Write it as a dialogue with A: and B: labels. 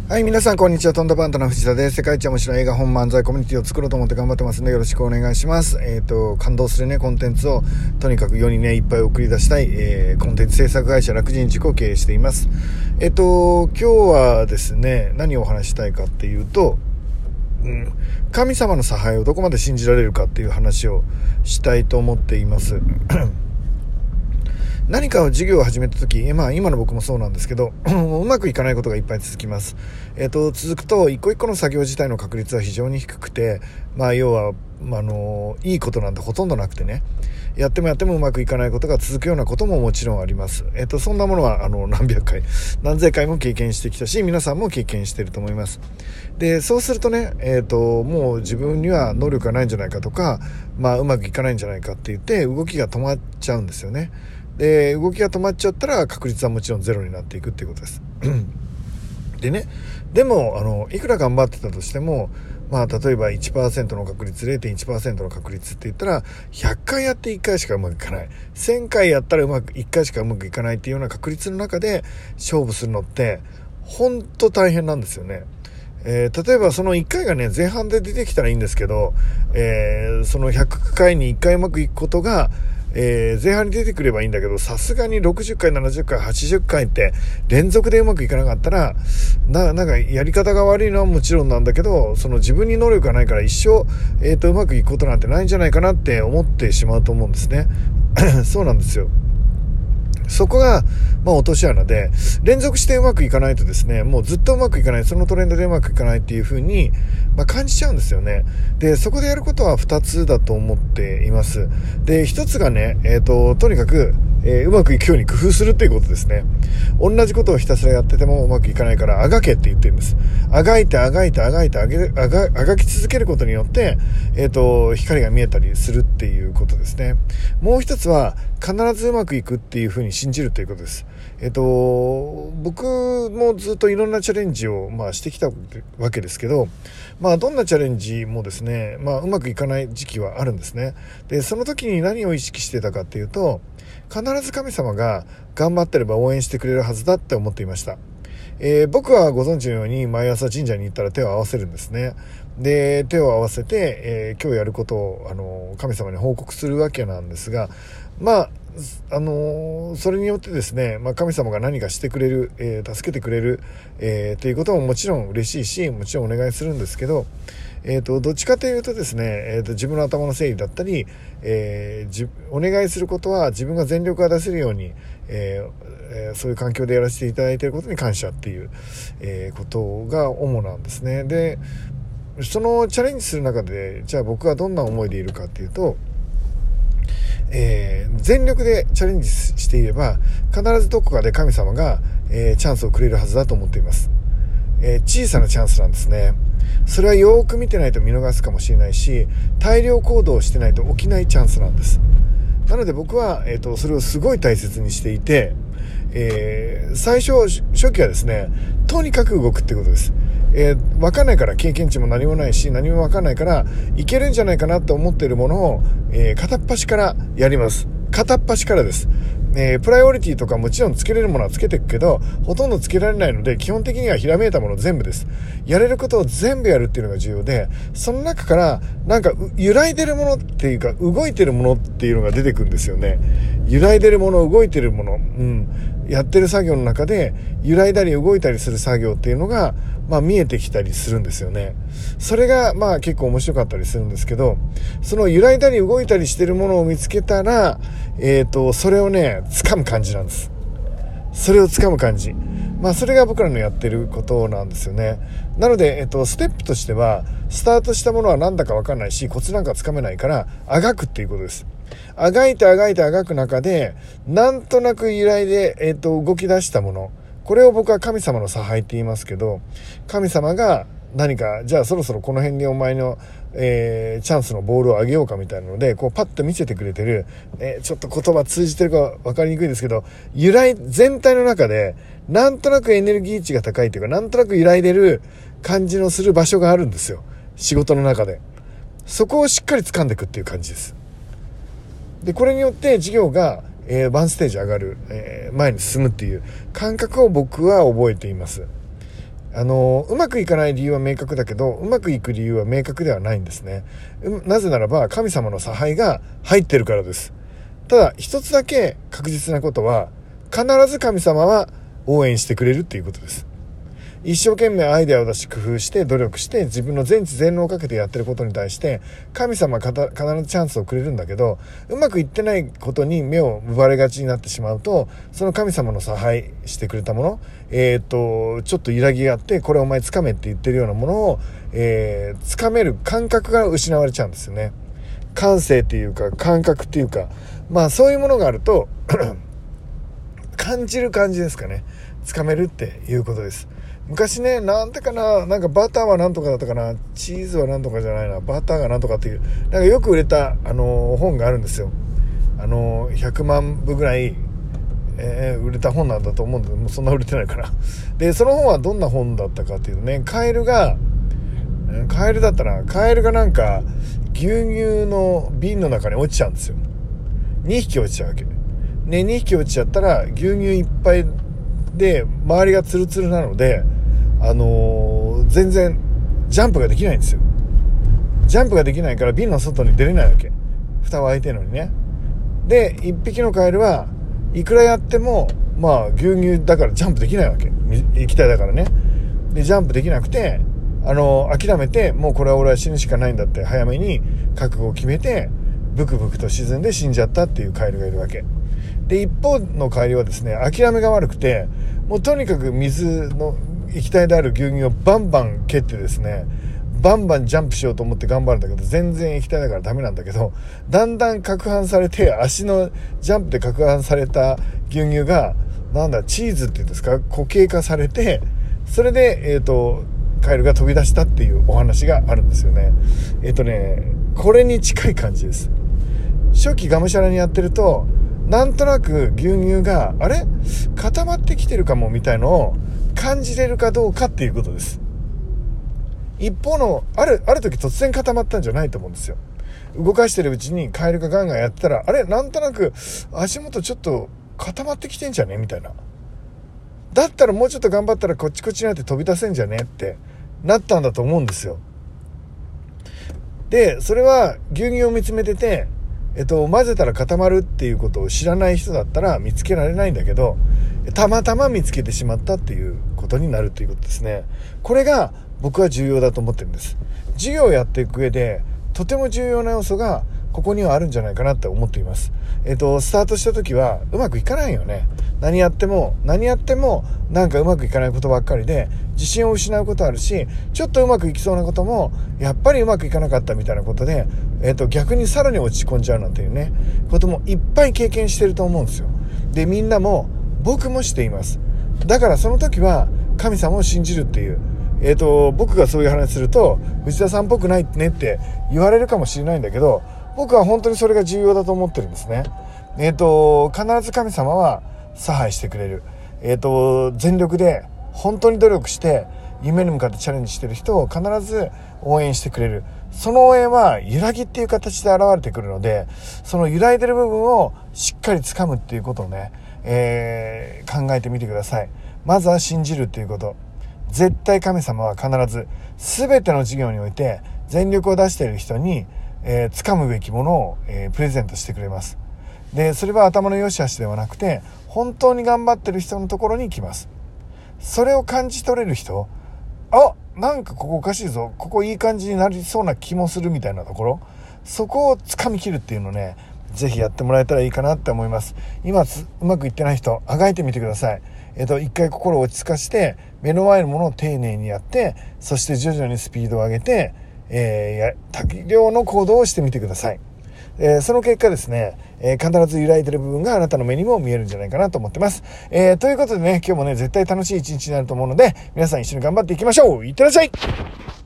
A: はい、皆さんこんにちは。とんだパンダの藤田です。世界一面白い映画本漫才コミュニティを作ろうと思って頑張ってますのでよろしくお願いします。感動するねコンテンツをとにかく世にねいっぱい送り出したい、コンテンツ制作会社楽人塾を経営しています。今日はですね何をお話したいかっていうと、神様の差配をどこまで信じられるかっていう話をしたいと思っています何かを事業を始めた時、今の僕もそうなんですけどうまくいかないことがいっぱい続きます。続くと一個一個の作業自体の確率は非常に低くて、要はいいことなんてほとんどなくてね、やってもうまくいかないことが続くようなことももちろんあります。そんなものは何百回何千回も経験してきたし、皆さんも経験していると思います。でそうするとね、もう自分には能力がないんじゃないかとか、うまくいかないんじゃないかって言って動きが止まっちゃうんですよね。で動きが止まっちゃったら確率はもちろんゼロになっていくっていうことですでね、でもいくら頑張ってたとしても、例えば 1% の確率 0.1% の確率って言ったら100回やって1回しかうまくいかない、1000回やったら1回しかうまくいかないっていうような確率の中で勝負するのって本当大変なんですよね。例えばその1回がね前半で出てきたらいいんですけど、その100回に1回うまくいくことが前半に出てくればいいんだけど、さすがに60回70回80回って連続でうまくいかなかったらなんかやり方が悪いのはもちろんなんだけど、その自分に能力がないから一生、うまくいくことなんてないんじゃないかなって思ってしまうと思うんですねそうなんですよ。そこが落とし穴で、連続してうまくいかないとですね、もうずっとうまくいかない、そのトレンドでうまくいかないっていう風に、感じちゃうんですよね。でそこでやることは2つだと思っています。で1つがね、とにかくうまくいくように工夫するっていうことですね。同じことをひたすらやっててもうまくいかないからあがけって言ってるんです。あがいてあがき続けることによって、光が見えたりするっていうことですね。もう一つは必ずうまくいくっていうふうに信じるということです。僕もずっといろんなチャレンジをしてきたわけですけど、どんなチャレンジもですね、うまくいかない時期はあるんですね。でその時に何を意識してたかっていうと、必ず神様が頑張ってれば応援してくれるはずだって思っていました。僕はご存知のように毎朝神社に行ったら手を合わせるんですね。で手を合わせて、今日やることを神様に報告するわけなんですが、それによってですね、神様が何かしてくれる、助けてくれる、ということももちろん嬉しいし、もちろんお願いするんですけど、どっちかというとですね、自分の頭の整理だったり、お願いすることは自分が全力が出せるように、そういう環境でやらせていただいていることに感謝っていう、ことが主なんですね。でそのチャレンジする中でじゃあ僕はどんな思いでいるかっていうと、全力でチャレンジしていれば必ずどこかで神様が、チャンスをくれるはずだと思っています。小さなチャンスなんですね。それはよく見てないと見逃すかもしれないし、大量行動してないと起きないチャンスなんです。なので僕は、それをすごい大切にしていて、最初初期はですねとにかく動くってことです。分かんないから、経験値も何もないし何も分かんないからいけるんじゃないかなと思っているものを、片っ端からやります。片っ端からです。プライオリティとかもちろんつけれるものはつけていくけど、ほとんどつけられないので基本的にはひらめいたもの全部です。やれることを全部やるっていうのが重要で、その中からなんか揺らいでるものっていうか動いてるものっていうのが出てくるんですよね。揺らいでるもの、動いてるもの、やってる作業の中で揺らいだり動いたりする作業っていうのが見えてきたりするんですよね。それが結構面白かったりするんですけど、その揺らいだり動いたりしてるものを見つけたら、それをね掴む感じなんです。それを掴む感じ、それが僕らのやってることなんですよね。なので、ステップとしてはスタートしたものはなんだか分かんないしコツなんかつかめないからあがくっていうことです。あがいてあがく中でなんとなく揺らいで、動き出したもの、これを僕は神様の差配って言いますけど、神様が何かじゃあそろそろこの辺にお前の、チャンスのボールをあげようかみたいなのでこうパッと見せてくれてる、ちょっと言葉通じてるか分かりにくいですけど、揺らい全体の中でなんとなくエネルギー値が高いというか、なんとなく揺らいでる感じのする場所があるんですよ、仕事の中で。そこをしっかり掴んでいくっていう感じです。でこれによって事業が、ワンステージ上がる、前に進むっていう感覚を僕は覚えています。 うまくいかない理由は明確だけど、うまくいく理由は明確ではないんですね。なぜならば神様の差配が入ってるからです。ただ一つだけ確実なことは、必ず神様は応援してくれるっていうことです。一生懸命アイデアを出し工夫して努力して自分の全知全能をかけてやってることに対して神様は必ずチャンスをくれるんだけど、うまくいってないことに目を奪われがちになってしまうと、その神様の差配してくれたもの、ちょっと揺らぎがあって、これお前掴めって言ってるようなものを、掴める感覚が失われちゃうんですよね。感性っていうか感覚っていうか、そういうものがあると感じる感じですかね。掴めるっていうことです。昔ね、なんかバターはなんとかだったかな、チーズはなんとかじゃないな、バターがなんとかっていう、よく売れた、本があるんですよ。100万部ぐらい、売れた本なんだと思うんで、もうそんな売れてないかな。で、その本はどんな本だったかっていうとね、カエルがなんか、牛乳の瓶の中に落ちちゃうんですよ。2匹落ちちゃうわけ。ね、2匹落ちちゃったら、牛乳いっぱいで、周りがツルツルなので、全然ジャンプができないんですよ。ジャンプができないから瓶の外に出れないわけ。蓋は開いてるのにね。で、1匹のカエルはいくらやっても、牛乳だからジャンプできないわけ。液体だからね。で、ジャンプできなくて、諦めて、もうこれは俺は死ぬしかないんだって早めに覚悟を決めて、ブクブクと沈んで死んじゃったっていうカエルがいるわけ。で、一方のカエルはですね、諦めが悪くて、もうとにかく水の液体である牛乳をバンバン蹴ってですね、バンバンジャンプしようと思って頑張るんだけど、全然液体だからダメなんだけど、だんだん攪拌されて、足のジャンプで攪拌された牛乳が、チーズっていうんですか、固形化されて、それで、カエルが飛び出したっていうお話があるんですよね。これに近い感じです。初期がむしゃらにやってると、なんとなく牛乳が固まってきてるかもみたいのを感じれるかどうかっていうことです。一方のある時突然固まったんじゃないと思うんですよ。動かしてるうちにカエルがガンガンやってたら、なんとなく足元ちょっと固まってきてんじゃねみたいな。だったらもうちょっと頑張ったらこっちこっちになって飛び出せんじゃねってなったんだと思うんですよ。で、それは牛乳を見つめてて、混ぜたら固まるっていうことを知らない人だったら見つけられないんだけど、たまたま見つけてしまったっていうことになるということですね。これが僕は重要だと思ってるんです。授業をやっていく上でとても重要な要素がここにはあるんじゃないかなって思っています。スタートした時はうまくいかないよね。何やってもなんかうまくいかないことばっかりで自信を失うことあるし、ちょっとうまくいきそうなこともやっぱりうまくいかなかったみたいなことで、逆にさらに落ち込んじゃうなんていうね、こともいっぱい経験してると思うんですよ。で、みんなも僕もしています。だからその時は神様を信じるっていう、僕がそういう話すると藤田さんっぽくないねって言われるかもしれないんだけど、僕は本当にそれが重要だと思ってるんですね。必ず神様は差配してくれる。全力で本当に努力して夢に向かってチャレンジしてる人を必ず応援してくれる。その応援は揺らぎっていう形で現れてくるので、その揺らいでる部分をしっかり掴むっていうことをね、考えてみてください。まずは信じるっていうこと。絶対神様は必ず全ての授業において全力を出している人に、掴むべきものを、プレゼントしてくれます。で、それは頭の良し悪しではなくて本当に頑張ってる人のところに来ます。それを感じ取れる人、なんかここおかしいぞ、ここいい感じになりそうな気もするみたいなところ、そこを掴み切るっていうのね、ぜひやってもらえたらいいかなって思います。今うまくいってない人、あがいてみてください。一回心を落ち着かして目の前のものを丁寧にやって、そして徐々にスピードを上げて、多量の行動をしてみてください。その結果ですね、必ず揺らいでる部分があなたの目にも見えるんじゃないかなと思ってます。ということでね、今日もね、絶対楽しい一日になると思うので、皆さん一緒に頑張っていきましょう。いってらっしゃい。